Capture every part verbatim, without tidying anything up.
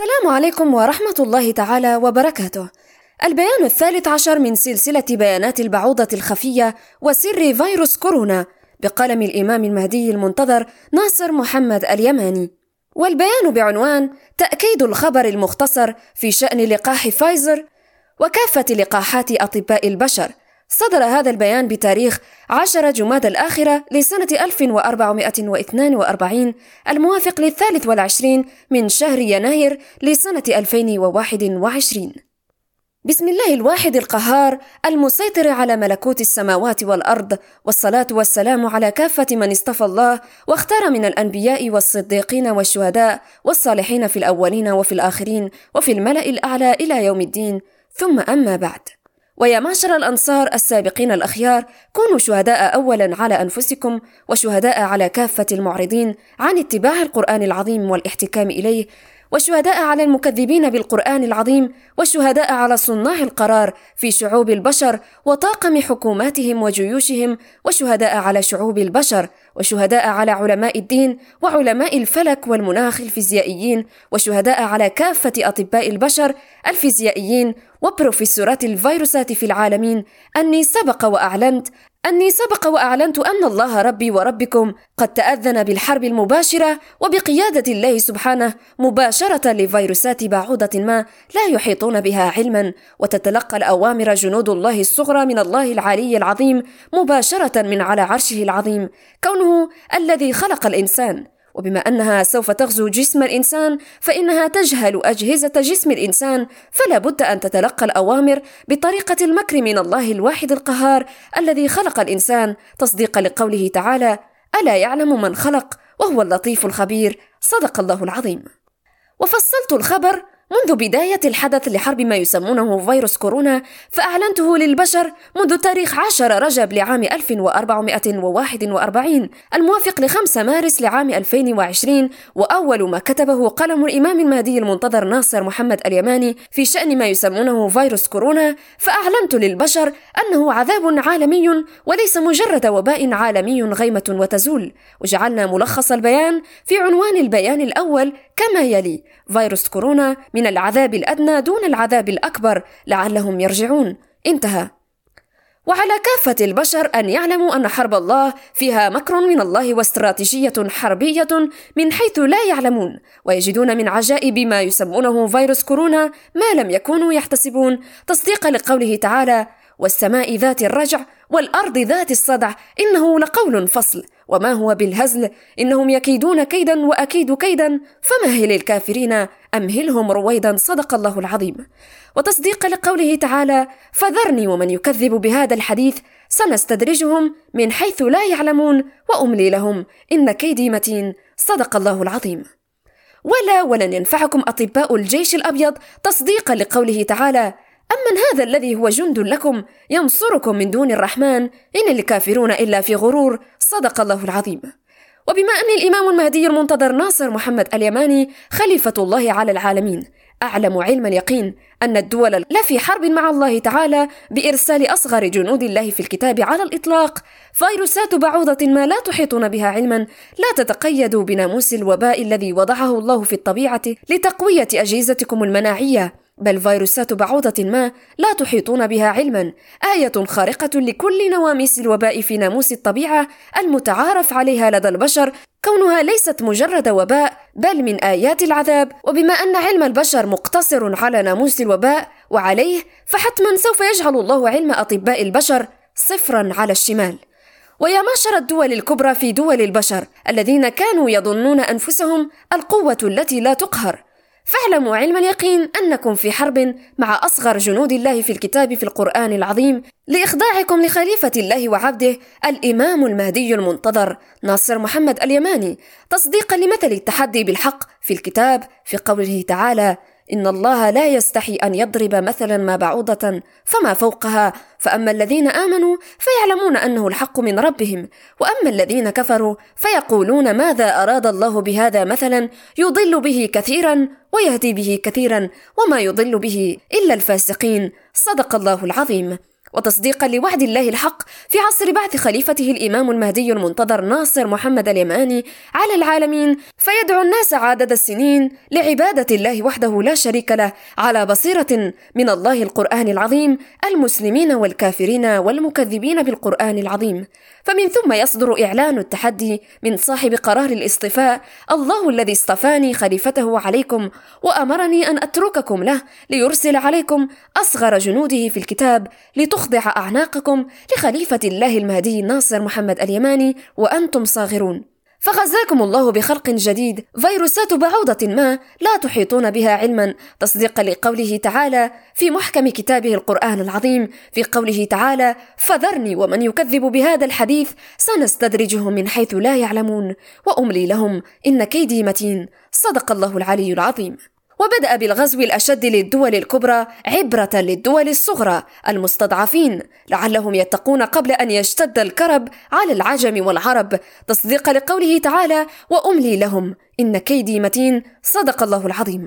السلام عليكم ورحمة الله تعالى وبركاته. البيان الثالث عشر من سلسلة بيانات البعوضة الخفية وسر فيروس كورونا بقلم الإمام المهدي المنتظر ناصر محمد اليماني، والبيان بعنوان تأكيد الخبر المختصر في شأن لقاح فايزر وكافة لقاحات أطباء البشر. صدر هذا البيان بتاريخ عشرة جمادى الآخرة لسنة ألف وأربعمائة واثنين وأربعين الموافق للثالث والعشرين من شهر يناير لسنة ألفين وواحد وعشرين. بسم الله الواحد القهار المسيطر على ملكوت السماوات والأرض، والصلاة والسلام على كافة من اصطفى الله واختار من الأنبياء والصديقين والشهداء والصالحين في الأولين وفي الآخرين وفي الملأ الأعلى إلى يوم الدين، ثم أما بعد. ويا معشر الأنصار السابقين الأخيار، كونوا شهداء أولاً على أنفسكم وشهداء على كافة المعرضين عن اتباع القرآن العظيم والاحتكام إليه، وشهداء على المكذبين بالقرآن العظيم، وشهداء على صناع القرار في شعوب البشر وطاقم حكوماتهم وجيوشهم، وشهداء على شعوب البشر، وشهداء على علماء الدين وعلماء الفلك والمناخ الفيزيائيين، وشهداء على كافة أطباء البشر الفيزيائيين وبروفيسورات الفيروسات في العالمين، أني سبق وأعلنت أني سبق وأعلنت أن الله ربي وربكم قد تأذن بالحرب المباشرة وبقيادة الله سبحانه مباشرة لفيروسات بعوضة ما لا يحيطون بها علما، وتتلقى الأوامر جنود الله الصغرى من الله العلي العظيم مباشرة من على عرشه العظيم، كونه الذي خلق الإنسان. وبما أنها سوف تغزو جسم الإنسان فإنها تجهل أجهزة جسم الإنسان، فلا بد أن تتلقى الأوامر بطريقة المكر من الله الواحد القهار الذي خلق الإنسان، تصديقا لقوله تعالى: ألا يعلم من خلق وهو اللطيف الخبير. صدق الله العظيم. وفصلت الخبر منذ بداية الحدث لحرب ما يسمونه فيروس كورونا، فأعلنته للبشر منذ تاريخ عشر رجب لعام ألف وأربعمائة وواحد وأربعين الموافق لخمسة مارس لعام ألفين وعشرين، وأول ما كتبه قلم الإمام المهدي المنتظر ناصر محمد اليماني في شأن ما يسمونه فيروس كورونا، فأعلنت للبشر أنه عذاب عالمي وليس مجرد وباء عالمي غيمة وتزول. وجعلنا ملخص البيان في عنوان البيان الأول كما يلي: فيروس كورونا من العذاب الأدنى دون العذاب الأكبر لعلهم يرجعون. انتهى. وعلى كافة البشر أن يعلموا أن حرب الله فيها مكر من الله واستراتيجية حربية من حيث لا يعلمون، ويجدون من عجائب ما يسمونه فيروس كورونا ما لم يكونوا يحتسبون، تصديقا لقوله تعالى: والسماء ذات الرجع والأرض ذات الصدع إنه لقول فصل وما هو بالهزل إنهم يكيدون كيدا وأكيد كيدا فمهل الكافرين أمهلهم رويدا. صدق الله العظيم. وتصديق لقوله تعالى: فذرني ومن يكذب بهذا الحديث سنستدرجهم من حيث لا يعلمون وأملي لهم إن كيدي متين. صدق الله العظيم. ولا ولن ينفعكم أطباء الجيش الأبيض، تصديقا لقوله تعالى: أمن هذا الذي هو جند لكم ينصركم من دون الرحمن إن الكافرون إلا في غرور. صدق الله العظيم. وبما أن الإمام المهدي المنتظر ناصر محمد اليماني خليفة الله على العالمين، أعلم علم اليقين أن الدول لا في حرب مع الله تعالى بإرسال أصغر جنود الله في الكتاب على الإطلاق، فيروسات بعوضة ما لا تحيطون بها علما لا تتقيد بناموس الوباء الذي وضعه الله في الطبيعة لتقوية أجهزتكم المناعية، بل فيروسات بعوضة ما لا تحيطون بها علما، آية خارقة لكل نواميس الوباء في ناموس الطبيعة المتعارف عليها لدى البشر، كونها ليست مجرد وباء بل من آيات العذاب. وبما أن علم البشر مقتصر على ناموس الوباء وعليه، فحتما سوف يجعل الله علم أطباء البشر صفرا على الشمال. ويا معشر الدول الكبرى في دول البشر الذين كانوا يظنون أنفسهم القوة التي لا تقهر، فاعلموا علم اليقين أنكم في حرب مع أصغر جنود الله في الكتاب في القرآن العظيم لإخضاعكم لخليفة الله وعبده الإمام المهدي المنتظر ناصر محمد اليماني، تصديقا لمثل التحدي بالحق في الكتاب في قوله تعالى: إن الله لا يستحي أن يضرب مثلا ما بعوضة فما فوقها فأما الذين آمنوا فيعلمون أنه الحق من ربهم وأما الذين كفروا فيقولون ماذا أراد الله بهذا مثلا يضل به كثيرا ويهدي به كثيرا وما يضل به إلا الفاسقين. صدق الله العظيم. وتصديقا لوعد الله الحق في عصر بعث خليفته الإمام المهدي المنتظر ناصر محمد اليماني على العالمين، فيدعو الناس عدد السنين لعبادة الله وحده لا شريك له على بصيرة من الله القرآن العظيم، المسلمين والكافرين والمكذبين بالقرآن العظيم. فمن ثم يصدر إعلان التحدي من صاحب قرار الاصطفاء: الله الذي اصطفاني خليفته عليكم وأمرني أن أترككم له ليرسل عليكم أصغر جنوده في الكتاب لتخضع أعناقكم لخليفة الله المهدي ناصر محمد اليماني وأنتم صاغرون. فغزاكم الله بخلق جديد، فيروسات بعوضة ما لا تحيطون بها علما، تصديقا لقوله تعالى في محكم كتابه القرآن العظيم في قوله تعالى: فذرني ومن يكذب بهذا الحديث سنستدرجهم من حيث لا يعلمون وأملي لهم إن كيدي متين. صدق الله العلي العظيم. وبدأ بالغزو الأشد للدول الكبرى عبرة للدول الصغرى المستضعفين لعلهم يتقون قبل أن يشتد الكرب على العجم والعرب، تصديقا لقوله تعالى: وأملي لهم إن كيدي متين. صدق الله العظيم.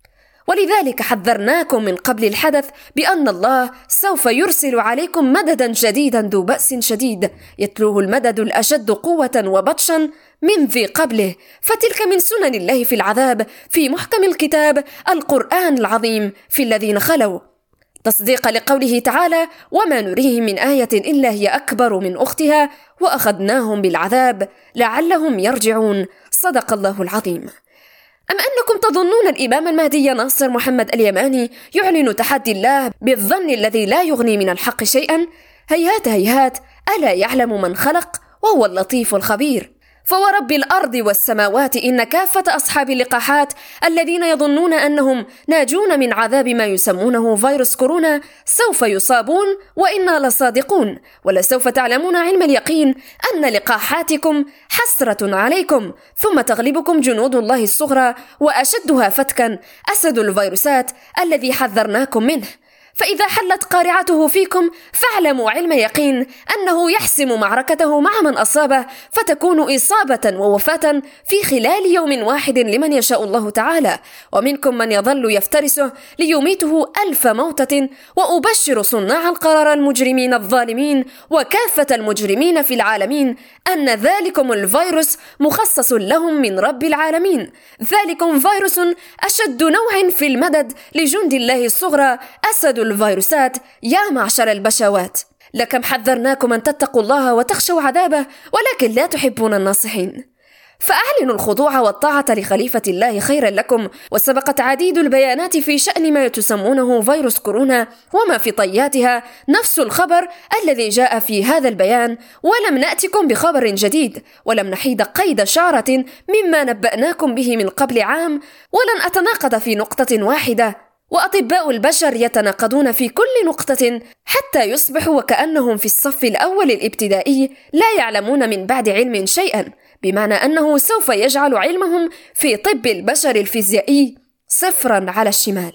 ولذلك حذرناكم من قبل الحدث بأن الله سوف يرسل عليكم مددا جديدا ذو بأس شديد يتلوه المدد الأشد قوة وبطشا من ذي قبله، فتلك من سنن الله في العذاب في محكم الكتاب القرآن العظيم في الذين خلوا، تصديقا لقوله تعالى: وما نريهم من آية إلا هي أكبر من أختها وأخذناهم بالعذاب لعلهم يرجعون. صدق الله العظيم. أم أنكم تظنون الإمام المهدي ناصر محمد اليماني يعلن تحدي الله بالظن الذي لا يغني من الحق شيئا؟ هيهات هيهات، ألا يعلم من خلق وهو اللطيف الخبير. فورب الأرض والسماوات إن كافة أصحاب اللقاحات الذين يظنون أنهم ناجون من عذاب ما يسمونه فيروس كورونا سوف يصابون، وإنا لصادقون، ولسوف تعلمون علم اليقين أن لقاحاتكم حسرة عليكم، ثم تغلبكم جنود الله الصغرى وأشدها فتكا أسد الفيروسات الذي حذرناكم منه. فإذا حلت قارعته فيكم فاعلموا علم يقين أنه يحسم معركته مع من أصابه، فتكون إصابة ووفاة في خلال يوم واحد لمن يشاء الله تعالى، ومنكم من يظل يفترسه ليميته ألف موتة. وأبشر صناع القرار المجرمين الظالمين وكافة المجرمين في العالمين أن ذلكم الفيروس مخصص لهم من رب العالمين، ذلكم فيروس أشد نوع في المدد لجند الله الصغرى أسد الفيروسات. يا معشر البشوات، لكم حذرناكم أن تتقوا الله وتخشوا عذابه، ولكن لا تحبون الناصحين. فأعلنوا الخضوع والطاعة لخليفة الله خيرا لكم. وسبقت عديد البيانات في شأن ما تسمونه فيروس كورونا وما في طياتها نفس الخبر الذي جاء في هذا البيان، ولم نأتكم بخبر جديد، ولم نحيد قيد شعرة مما نبأناكم به من قبل عام، ولن أتناقض في نقطة واحدة، وأطباء البشر يتناقضون في كل نقطة حتى يصبحوا وكأنهم في الصف الأول الابتدائي لا يعلمون من بعد علم شيئا، بمعنى أنه سوف يجعل علمهم في طب البشر الفيزيائي صفرا على الشمال.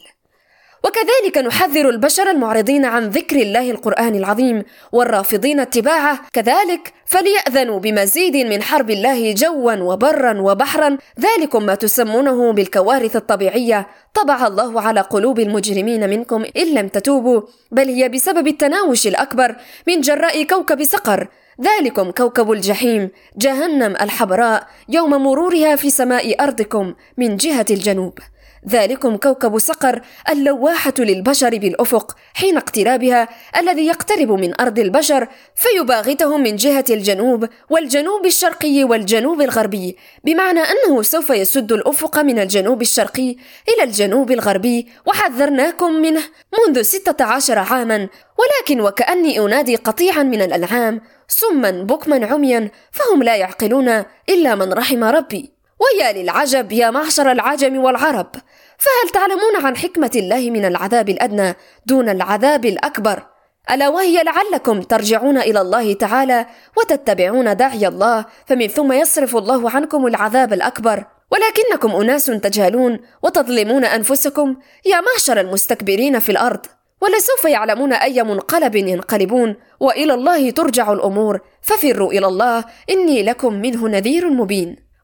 وكذلك نحذر البشر المعرضين عن ذكر الله القرآن العظيم والرافضين اتباعه كذلك، فليأذنوا بمزيد من حرب الله جوا وبرا وبحرا، ذلكم ما تسمونه بالكوارث الطبيعية طبع الله على قلوب المجرمين منكم إن لم تتوبوا، بل هي بسبب التناوش الأكبر من جراء كوكب سقر، ذلكم كوكب الجحيم جهنم الحمراء يوم مرورها في سماء أرضكم من جهة الجنوب، ذلكم كوكب سقر اللواحة للبشر بالأفق حين اقترابها، الذي يقترب من أرض البشر فيباغتهم من جهة الجنوب والجنوب الشرقي والجنوب الغربي، بمعنى أنه سوف يسد الأفق من الجنوب الشرقي إلى الجنوب الغربي، وحذرناكم منه منذ ستة عشر عاما، ولكن وكأني أنادي قطيعا من الأنعام صما بكما عميا فهم لا يعقلون إلا من رحم ربي. ويا للعجب يا معشر العجم والعرب، فهل تعلمون عن حكمة الله من العذاب الأدنى دون العذاب الأكبر؟ ألا وهي لعلكم ترجعون إلى الله تعالى وتتبعون داعي الله، فمن ثم يصرف الله عنكم العذاب الأكبر، ولكنكم أناس تجهلون وتظلمون أنفسكم يا معشر المستكبرين في الأرض، ولسوف يعلمون أي منقلب ينقلبون، وإلى الله ترجع الأمور، ففروا إلى الله إني لكم منه نذير مبين.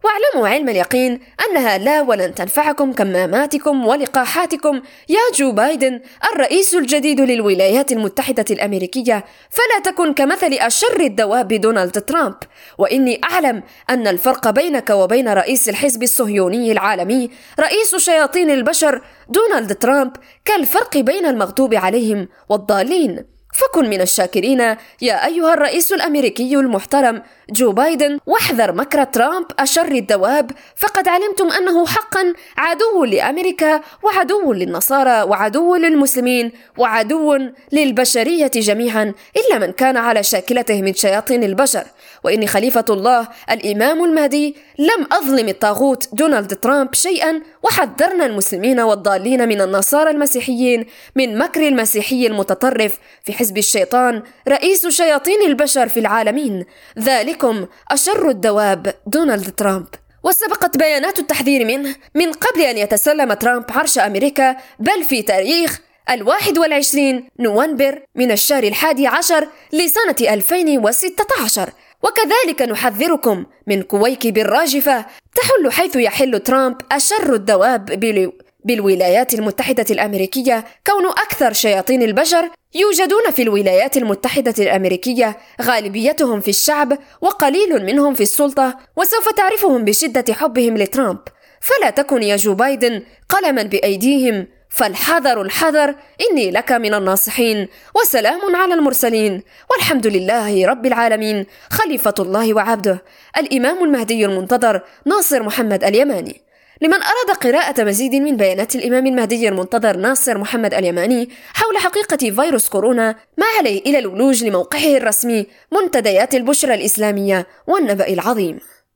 واعلموا علم اليقين أنها لا ولن تنفعكم كماماتكم ولقاحاتكم يا جو بايدن الرئيس الجديد للولايات المتحدة الأمريكية، فلا تكن كمثل أشر الدواب دونالد ترامب. وإني أعلم أن الفرق بينك وبين رئيس الحزب الصهيوني العالمي رئيس شياطين البشر دونالد ترامب كالفرق بين المغضوب عليهم والضالين. فكن من الشاكرين يا أيها الرئيس الأمريكي المحترم جو بايدن، واحذر مكر ترامب أشر الدواب، فقد علمتم أنه حقا عدو لأمريكا وعدو للنصارى وعدو للمسلمين وعدو للبشرية جميعا إلا من كان على شاكلته من شياطين البشر. وإني خليفة الله الإمام المهدي لم أظلم الطاغوت دونالد ترامب شيئا، وحذرنا المسلمين والضالين من النصارى المسيحيين من مكر المسيحي المتطرف في حزب الشيطان رئيس شياطين البشر في العالمين، ذلكم أشر الدواب دونالد ترامب. وسبقت بيانات التحذير منه من قبل أن يتسلم ترامب عرش أمريكا، بل في تاريخ الواحد والعشرين نوفمبر من الشهر الحادي عشر لسنة ألفين وستة عشر. وكذلك نحذركم من كويكب الراجفة تحل حيث يحل ترامب أشر الدواب بالولايات المتحدة الأمريكية، كون أكثر شياطين البشر يوجدون في الولايات المتحدة الأمريكية، غالبيتهم في الشعب وقليل منهم في السلطة، وسوف تعرفهم بشدة حبهم لترامب. فلا تكن يا جو بايدن قلما بأيديهم، فالحذر الحذر، إني لك من الناصحين. وسلام على المرسلين، والحمد لله رب العالمين. خليفة الله وعبده الإمام المهدي المنتظر ناصر محمد اليماني. لمن أراد قراءة مزيد من بيانات الإمام المهدي المنتظر ناصر محمد اليماني حول حقيقة فيروس كورونا، ما عليه إلى الولوج لموقعه الرسمي منتديات البشرى الإسلامية والنبأ العظيم.